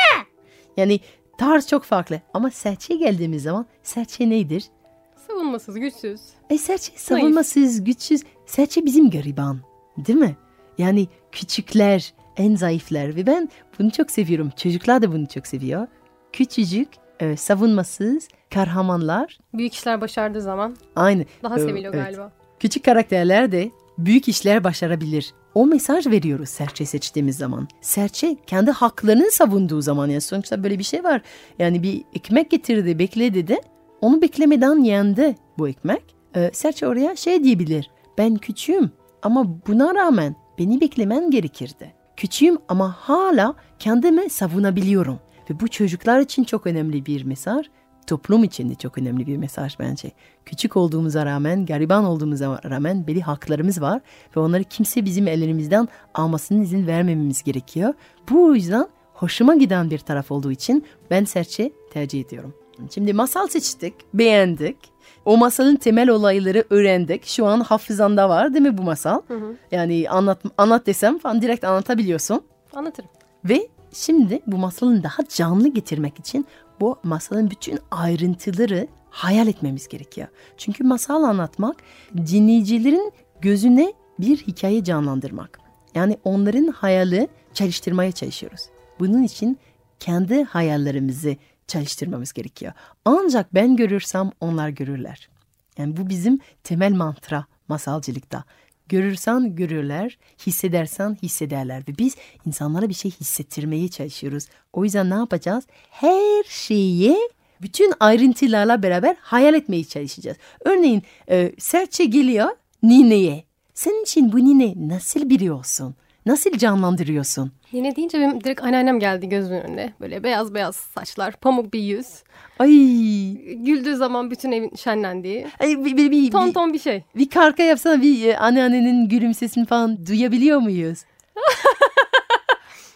Yani tarz çok farklı ama serçeye geldiğimiz zaman serçe nedir? Savunmasız, güçsüz. E serçe savunmasız, güçsüz. Serçe bizim gariban değil mi? Yani küçükler, en zayıflar ve ben bunu çok seviyorum. Çocuklar da bunu çok seviyor. Küçücük, e, savunmasız, kahramanlar. Büyük işler başardığı zaman Aynı. daha seviliyor evet. galiba. Küçük karakterler de büyük işler başarabilir. O mesaj veriyoruz serçe seçtiğimiz zaman. Serçe kendi haklarını savunduğu zaman yani sonuçta böyle bir şey var. Yani bir ekmek getirdi, bekledi de onu beklemeden yendi bu ekmek. Ee, serçe oraya şey diyebilir. Ben küçüğüm ama buna rağmen beni beklemen gerekirdi. Küçüğüm ama hala kendimi savunabiliyorum. Ve bu çocuklar için çok önemli bir mesaj. Toplum için de çok önemli bir mesaj bence. Küçük olduğumuza rağmen, gariban olduğumuza rağmen belli haklarımız var. Ve onları kimse bizim ellerimizden almasının izin vermememiz gerekiyor. Bu yüzden hoşuma giden bir taraf olduğu için ben serçe tercih ediyorum. Şimdi masal seçtik, beğendik. O masalın temel olayları öğrendik. Şu an hafızanda var değil mi bu masal? Hı hı. Yani anlat, anlat desem falan direkt anlatabiliyorsun. Anlatırım. Ve şimdi bu masalın daha canlı getirmek için bu masalın bütün ayrıntıları hayal etmemiz gerekiyor. Çünkü masal anlatmak dinleyicilerin gözüne bir hikaye canlandırmak. Yani onların hayali çalıştırmaya çalışıyoruz. Bunun için kendi hayallerimizi çalıştırmamız gerekiyor. Ancak ben görürsem onlar görürler. Yani bu bizim temel mantra masalcılıkta. Görürsen görürler, hissedersen hissederler. Ve biz insanlara bir şey hissettirmeye çalışıyoruz. O yüzden ne yapacağız? Her şeyi bütün ayrıntılarla beraber hayal etmeye çalışacağız. Örneğin e, serçe geliyor nineye. Senin için bu nine nasıl biri olsun? Nasıl canlandırıyorsun? Nine deyince benim direkt anneannem geldi gözümün önüne. Böyle beyaz beyaz saçlar, pamuk bir yüz. Ay. Güldüğü zaman bütün evin şenlendiği. Ay, bir, bir, bir, ton ton bir şey. Bir karka yapsana bir anneannenin gülümsesini falan duyabiliyor muyuz?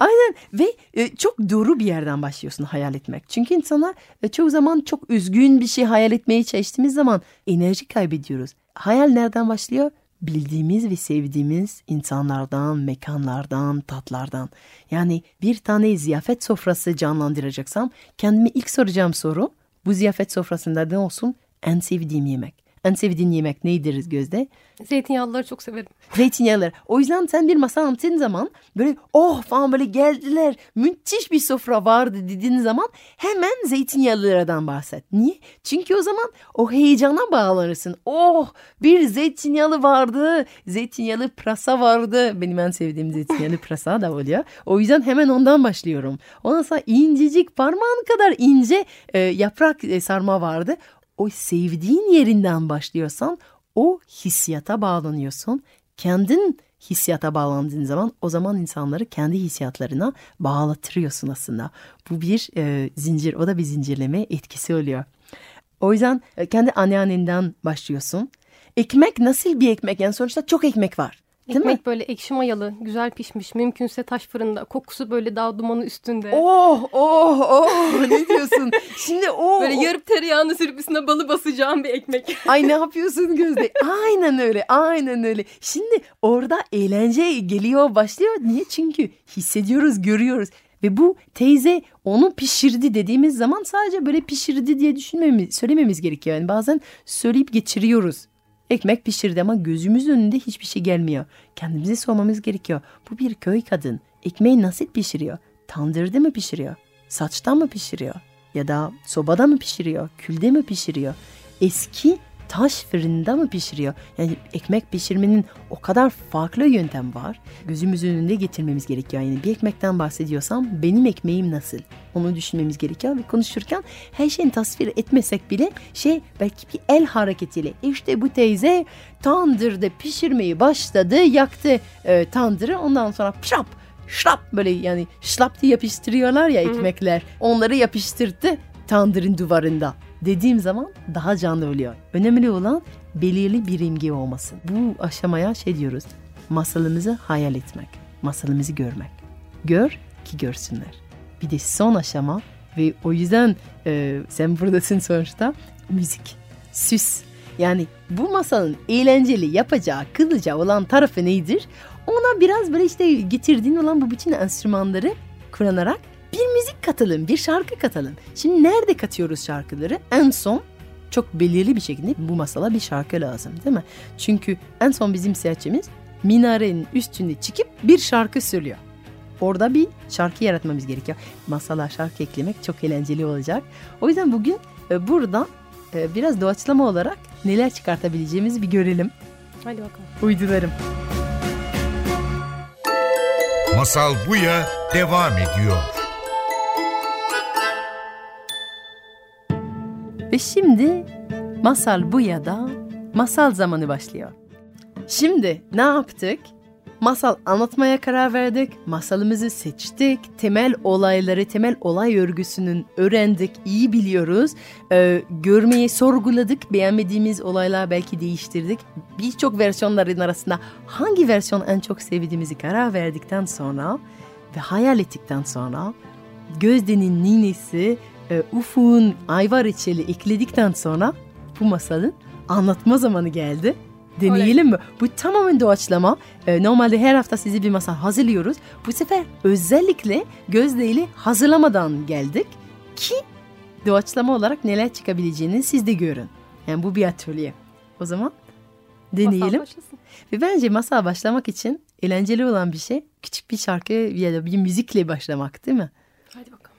Aynen ve e, çok doğru bir yerden başlıyorsun hayal etmek. Çünkü insanlar e, çoğu zaman çok üzgün bir şey hayal etmeye çalıştığımız zaman enerji kaybediyoruz. Hayal nereden başlıyor? Bildiğimiz ve sevdiğimiz insanlardan, mekanlardan, tatlardan. Yani bir tane ziyafet sofrası canlandıracaksam kendime ilk soracağım soru bu ziyafet sofrasında ne olsun? En sevdiğim yemek. En sevdiğin yemek nedir Gözde? Zeytinyağlıları çok severim. Zeytinyağlılar. O yüzden sen bir masa anlattığın zaman böyle oh falan böyle geldiler. Müthiş bir sofra vardı dediğin zaman hemen zeytinyağlılardan bahset. Niye? Çünkü o zaman o heyecana bağlanırsın. Oh bir zeytinyağlı vardı. Zeytinyağlı pırasa vardı. Benim en sevdiğim zeytinyağlı pırasa da oluyor. O yüzden hemen ondan başlıyorum. Ondan sonra incecik parmağın kadar ince e, yaprak e, sarma vardı. O sevdiğin yerinden başlıyorsan o hissiyata bağlanıyorsun. Kendin hissiyata bağlandığın zaman o zaman insanları kendi hissiyatlarına bağlatırıyorsun aslında. Bu bir e, zincir, o da bir zincirleme etkisi oluyor. O yüzden e, kendi anneannenden başlıyorsun. Ekmek nasıl bir ekmek? Yani sonuçta çok ekmek var. Değil Ekmek mi? böyle ekşi mayalı, güzel pişmiş, mümkünse taş fırında, kokusu böyle dağ dumanı üstünde. Oh oh oh ne diyorsun? Şimdi o Böyle o- yarıp tereyağını sürüp üstüne balı basacağım bir ekmek. Ay ne yapıyorsun Gözde? Aynen öyle, aynen öyle. Şimdi orada eğlence geliyor, başlıyor. Niye? Çünkü hissediyoruz, görüyoruz. Ve bu teyze onu pişirdi dediğimiz zaman sadece böyle pişirdi diye düşünmemiz, söylememiz gerekiyor. Yani bazen söyleyip geçiriyoruz. Ekmek pişirdi ama gözümüzün önünde hiçbir şey gelmiyor. Kendimize sormamız gerekiyor. Bu bir köy kadın. Ekmeği nasıl pişiriyor? Tandırda mı pişiriyor? Saçta mı pişiriyor? Ya da sobada mı pişiriyor? Külde mi pişiriyor? Eski taş fırında mı pişiriyor? Yani ekmek pişirmenin o kadar farklı yöntem var. Gözümüzün önünde getirmemiz gerekiyor. Yani bir ekmekten bahsediyorsam benim ekmeğim nasıl? Onu düşünmemiz gerekiyor ve konuşurken her şeyin tasvir etmesek bile şey belki bir el hareketiyle işte bu teyze tandırda pişirmeyi başladı, yaktı e, tandırı, ondan sonra şap şlap böyle yani şlap diye yapıştırıyorlar ya ekmekler. Onları yapıştırdı tandırın duvarında. Dediğim zaman daha canlı oluyor. Önemli olan belirli bir imge olmasın. Bu aşamaya şey diyoruz. Masalımızı hayal etmek. Masalımızı görmek. Gör ki görsünler. Bir de son aşama ve o yüzden e, sen buradasın sonuçta müzik, süs. Yani bu masalın eğlenceli yapacağı, kılacağı olan tarafı nedir? Ona biraz böyle işte getirdiğin olan bu bütün enstrümanları kullanarak bir müzik katalım, bir şarkı katalım. Şimdi nerede katıyoruz şarkıları? En son çok belirli bir şekilde bu masala bir şarkı lazım değil mi? Çünkü en son bizim seçimimiz minarenin üstünde çıkıp bir şarkı söylüyor. Orada bir şarkı yaratmamız gerekiyor. Masala şarkı eklemek çok eğlenceli olacak. O yüzden bugün e, burada e, biraz doğaçlama olarak neler çıkartabileceğimizi bir görelim. Hadi bakalım. Uydularım. Masal Buya devam ediyor. Ve şimdi Masal Buya'da masal zamanı başlıyor. Şimdi ne yaptık? Masal anlatmaya karar verdik. Masalımızı seçtik. Temel olayları, temel olay örgüsünün öğrendik. İyi biliyoruz. Ee, görmeyi sorguladık. Beğenmediğimiz olaylar belki değiştirdik. Birçok versiyonların arasında hangi versiyon en çok sevdiğimizi karar verdikten sonra ve hayal ettikten sonra Gözde'nin ninesi e, Ufuk'un ayvar reçeli ekledikten sonra bu masalın anlatma zamanı geldi. Deneyelim mi? Bu tamamen doğaçlama. Ee, normalde her hafta size bir masal hazırlıyoruz. Bu sefer özellikle Gözde ile hazırlamadan geldik ki doğaçlama olarak neler çıkabileceğini siz de görün. Yani bu bir atölye. O zaman deneyelim. Ve bence masal başlamak için eğlenceli olan bir şey küçük bir şarkı ya da bir müzikle başlamak değil mi? Hadi bakalım.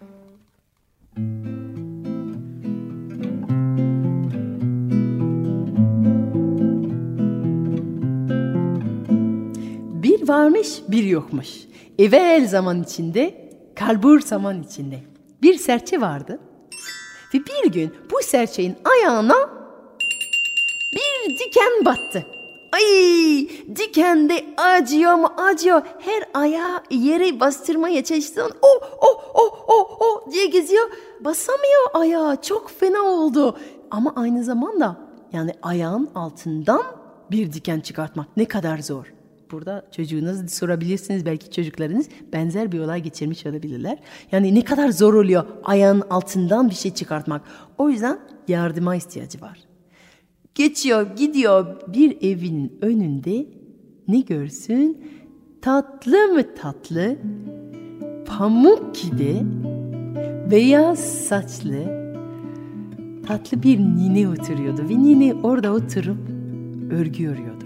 Bir varmış bir yokmuş. Evvel zaman içinde, kalbur zaman içinde. Bir serçe vardı. Ve bir gün bu serçenin ayağına bir diken battı. Ay, diken de acıyor mu acıyor. Her ayağı yere bastırmaya çalıştığın oh oh oh oh oh diye geziyor. Basamıyor ayağı, çok fena oldu. Ama aynı zamanda yani ayağın altından bir diken çıkartmak ne kadar zor. Burada çocuğunuz sorabilirsiniz, belki çocuklarınız benzer bir olay geçirmiş olabilirler. Yani ne kadar zor oluyor ayağın altından bir şey çıkartmak. O yüzden yardıma ihtiyacı var. Geçiyor, gidiyor bir evin önünde, ne görsün? Tatlı mı tatlı, pamuk gibi, beyaz saçlı, tatlı bir nine oturuyordu. Ve nine orada oturup örgü örüyordu.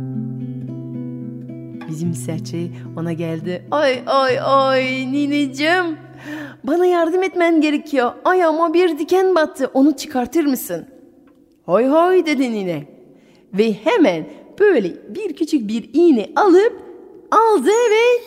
Bizim serçe ona geldi. Ay ay ay nineciğim, bana yardım etmen gerekiyor. Ayağıma bir diken battı, onu çıkartır mısın? Hay hay dedi nine. Ve hemen böyle bir küçük bir iğne alıp aldı ve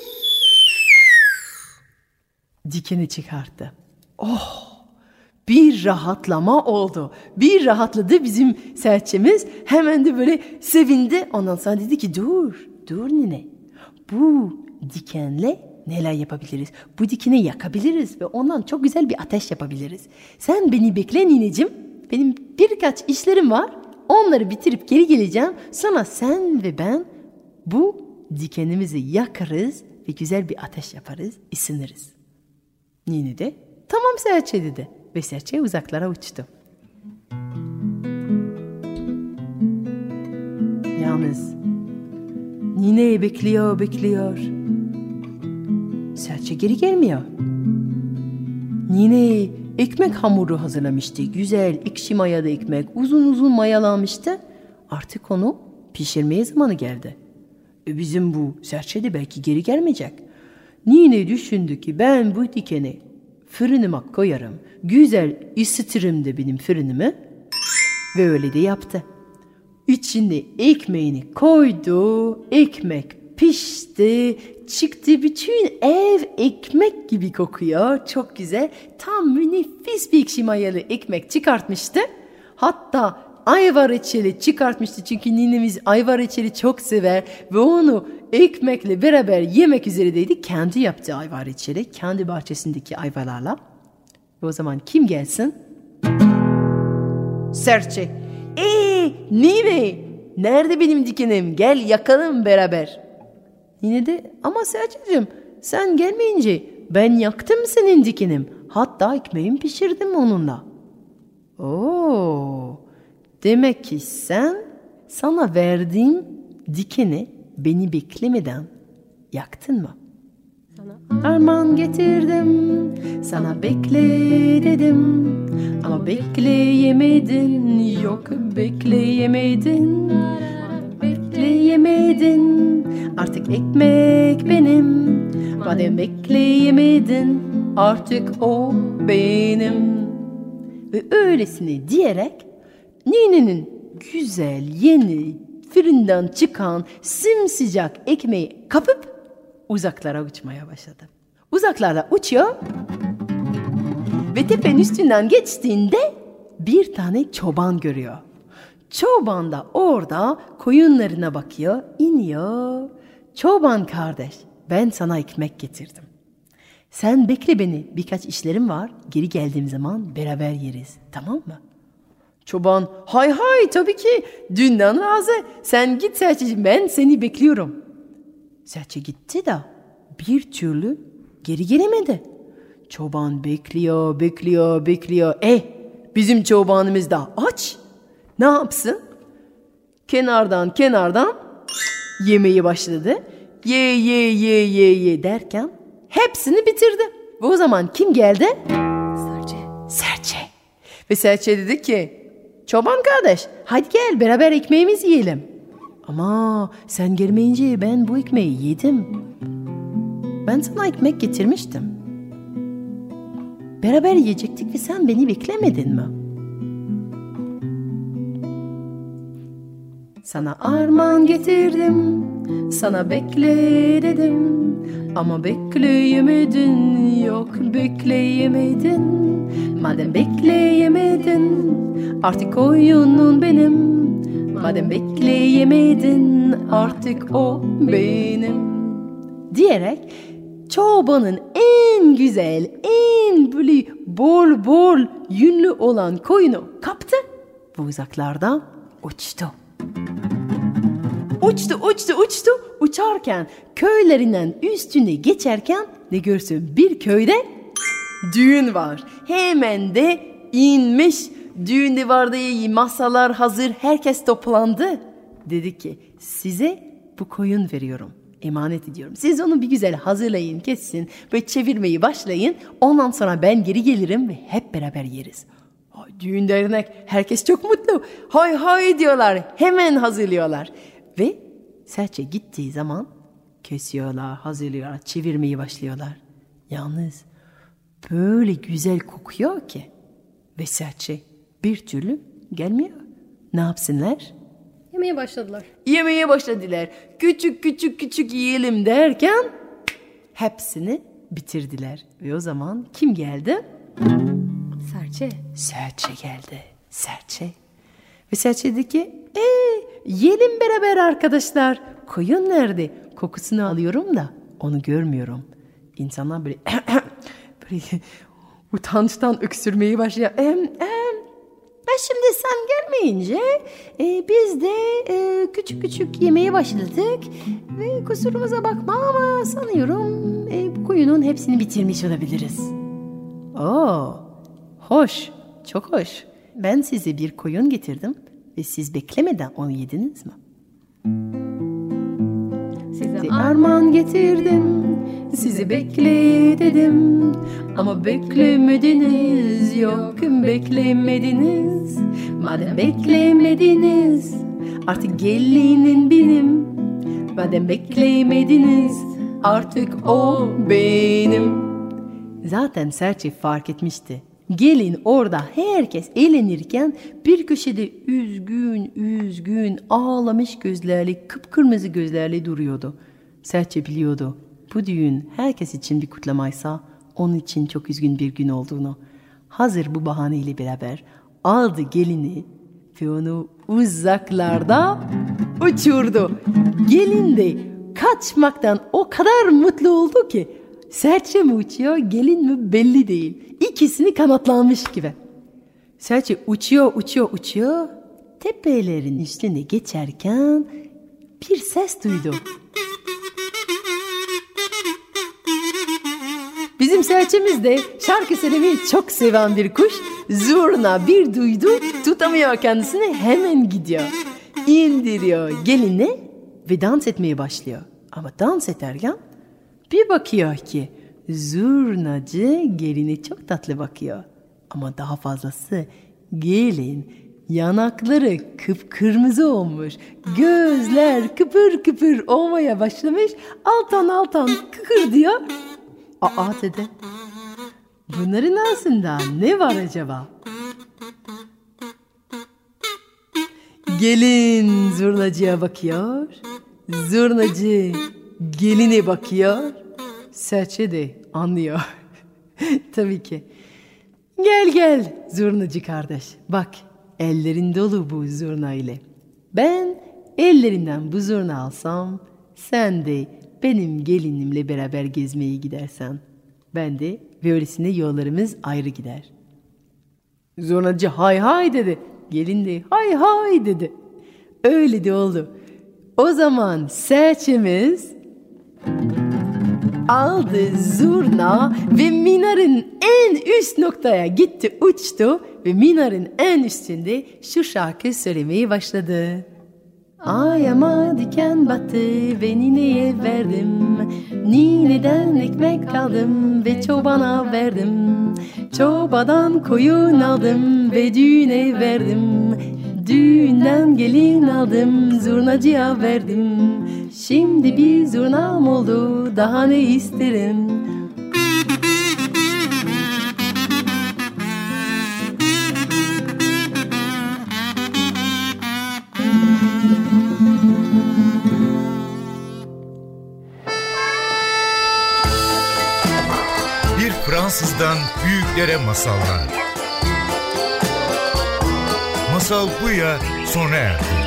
dikeni çıkarttı. Oh! Bir rahatlama oldu. Bir rahatladı bizim serçemiz. Hemen de böyle sevindi. Ondan sonra dedi ki dur, dur nine. Bu dikenle neler yapabiliriz? Bu dikeni yakabiliriz ve ondan çok güzel bir ateş yapabiliriz. Sen beni bekle nineciğim. Benim birkaç işlerim var. Onları bitirip geri geleceğim. Sonra sen ve ben bu dikenimizi yakarız ve güzel bir ateş yaparız, ısınırız. Nine de tamam serçe dedi. Ve serçe uzaklara uçtu. Yalnız nine bekliyor, bekliyor. Serçe geri gelmiyor. Nine ekmek hamuru hazırlamıştı. Güzel, ekşi mayalı ekmek. Uzun uzun mayalanmıştı. Artık onu pişirmeye zamanı geldi. E bizim bu serçe de belki geri gelmeyecek. Nine düşündü ki ben bu dikeni fırınıma koyarım. Güzel ısıtırım da benim fırınımı. Ve öyle de yaptı. İçine ekmeğini koydu. Ekmek pişti. Çıktı, bütün ev ekmek gibi kokuyor. Çok güzel. Tam nefis bir ekşi mayalı ekmek çıkartmıştı. Hatta ayva reçeli çıkartmıştı. Çünkü ninemiz ayva reçeli çok sever. Ve onu ekmekle beraber yemek üzeredeydi. Kendi yaptığı ayva reçeli. Kendi bahçesindeki ayvalarla. Ve o zaman kim gelsin? Serçe. Eee Nine, nerede benim dikenim? Gel yakalım beraber. Nine de ama serçeciğim sen gelmeyince ben yaktım senin dikenim. Hatta ekmeğimi pişirdim onunla. Oo, demek ki sen sana verdiğim dikeni beni beklemeden yaktın mı? Sana armağan getirdim, sana bekle dedim. Ama bekleyemedin, yok bekleyemedin. Bekleyemedin, artık ekmek benim. Madem bekleyemedin, artık o benim. Ve öylesine diyerek ninenin güzel yeni fırından çıkan simsıcak ekmeği kapıp uzaklara uçmaya başladı. Uzaklarda uçuyor ve tepenin üstünden geçtiğinde bir tane çoban görüyor. Çoban da orada koyunlarına bakıyor, iniyor. Çoban kardeş, ben sana ekmek getirdim. Sen bekle beni, birkaç işlerim var. Geri geldiğim zaman beraber yeriz, tamam mı? Çoban, hay hay tabii ki, dünden razı. Sen git serçeciğim, ben seni bekliyorum. Serçe gitti de bir türlü geri gelemedi. Çoban bekliyor, bekliyor, bekliyor. Eh, bizim çobanımız da aç. Ne yapsın? Kenardan kenardan yemeği başladı. Ye ye ye ye ye derken hepsini bitirdi. Ve o zaman kim geldi? Serçe. Serçe. Ve serçe dedi ki, çoban kardeş hadi gel beraber ekmeğimizi yiyelim. Ama sen gelmeyince ben bu ekmeği yedim. Ben sana ekmek getirmiştim. Beraber yiyecektik ve sen beni beklemedin mi? Sana armağan getirdim, sana bekle dedim. Ama bekleyemedin, yok bekleyemedin. Madem bekleyemedin, artık oyunun benim. Madem bekleyemedin, artık o benim. Diyerek çobanın en güzel, en böyle bol bol yünlü olan koyunu kaptı ve uzaklarda uçtu. uçtu uçtu uçtu. Uçarken köylerinden üstüne geçerken ne görsün, bir köyde düğün var. Hemen de inmiş. Düğünde vardı, masalar hazır, herkes toplandı. Dedi ki size bu koyun veriyorum, emanet ediyorum. Siz onu bir güzel hazırlayın, kessin ve çevirmeyi başlayın. Ondan sonra ben geri gelirim ve hep beraber yeriz. Ay, düğün dernek, herkes çok mutlu. Hay hay diyorlar, hemen hazırlıyorlar. Ve serçe gittiği zaman kesiyorlar, hazırlıyorlar, çevirmeyi başlıyorlar. Yalnız böyle güzel kokuyor ki ve serçe bir türlü gelmiyor. Ne yapsınlar? Yemeye başladılar. Yemeye başladılar. Küçük küçük küçük yiyelim derken hepsini bitirdiler. Ve o zaman kim geldi? Serçe. Serçe geldi. Serçe. Ve serçe dedi ki ee, yiyelim beraber arkadaşlar. Koyun nerede? Kokusunu alıyorum da onu görmüyorum. İnsanlar böyle böyle utançtan öksürmeyi başlıyor. Em, em. Ben şimdi sen gelmeyince e, biz de e, küçük küçük yemeye başladık. Ve kusurumuza bakma ama sanıyorum e, bu koyunun hepsini bitirmiş olabiliriz. Oo, hoş, çok hoş. Ben size bir koyun getirdim ve siz beklemeden onu yediniz mi? Size armağan getirdim, sizi bekle dedim. Ama beklemediniz, yok beklemediniz. Madem beklemediniz, artık gelinin benim. Madem beklemediniz, artık o benim. Zaten serçe fark etmişti. Gelin orada herkes eğlenirken bir köşede üzgün üzgün ağlamış gözlerle, kıpkırmızı gözlerle duruyordu. Serçe biliyordu bu düğün herkes için bir kutlamaysa onun için çok üzgün bir gün olduğunu. Hazır bu bahaneyle beraber aldı gelini ve onu uzaklarda uçurdu. Gelin de kaçmaktan o kadar mutlu oldu ki serçe mi uçuyor, gelin mi belli değil. İkisini kanatlanmış gibi. Serçe uçuyor, uçuyor, uçuyor. Tepelerin üstüne geçerken bir ses duydu. Bizim serçemiz de şarkı söylemeyi çok seven bir kuş. Zurna bir duydu, tutamıyor kendisini, hemen gidiyor. İndiriyor geline ve dans etmeye başlıyor. Ama dans ederken bir bakıyor ki zurnacı geline çok tatlı bakıyor. Ama daha fazlası gelin yanakları kıpkırmızı olmuş. Gözler kıpır kıpır olmaya başlamış. Altan altan kıkır diyor. Aa dedi. Bunların arasında ne var acaba? Gelin zurnacıya bakıyor. Zurnacı geline bakıyor. Serçe de anlıyor. Tabii ki. Gel gel zurnacı kardeş. Bak ellerin dolu bu zurna ile. Ben ellerinden bu zurna alsam, sen de benim gelinimle beraber gezmeye gidersen, ben de böylesine yollarımız ayrı gider. Zurnacı hay hay dedi. Gelin de hay hay dedi. Öyle de oldu. O zaman serçemiz aldı zurna ve minarın en üst noktaya gitti, uçtu ve minarın en üstünde şu şarkı söylemeye başladı. Ayağıma diken battı ve nineye verdim. Nineden ekmek aldım ve çobana verdim. Çobadan koyun aldım ve düğüne verdim. Düğünden gelin aldım, zurnacıya verdim. Şimdi bir zurnam oldu, daha ne isterim? Bir Fransızdan büyüklere masallar. Masal Buya sona erdi.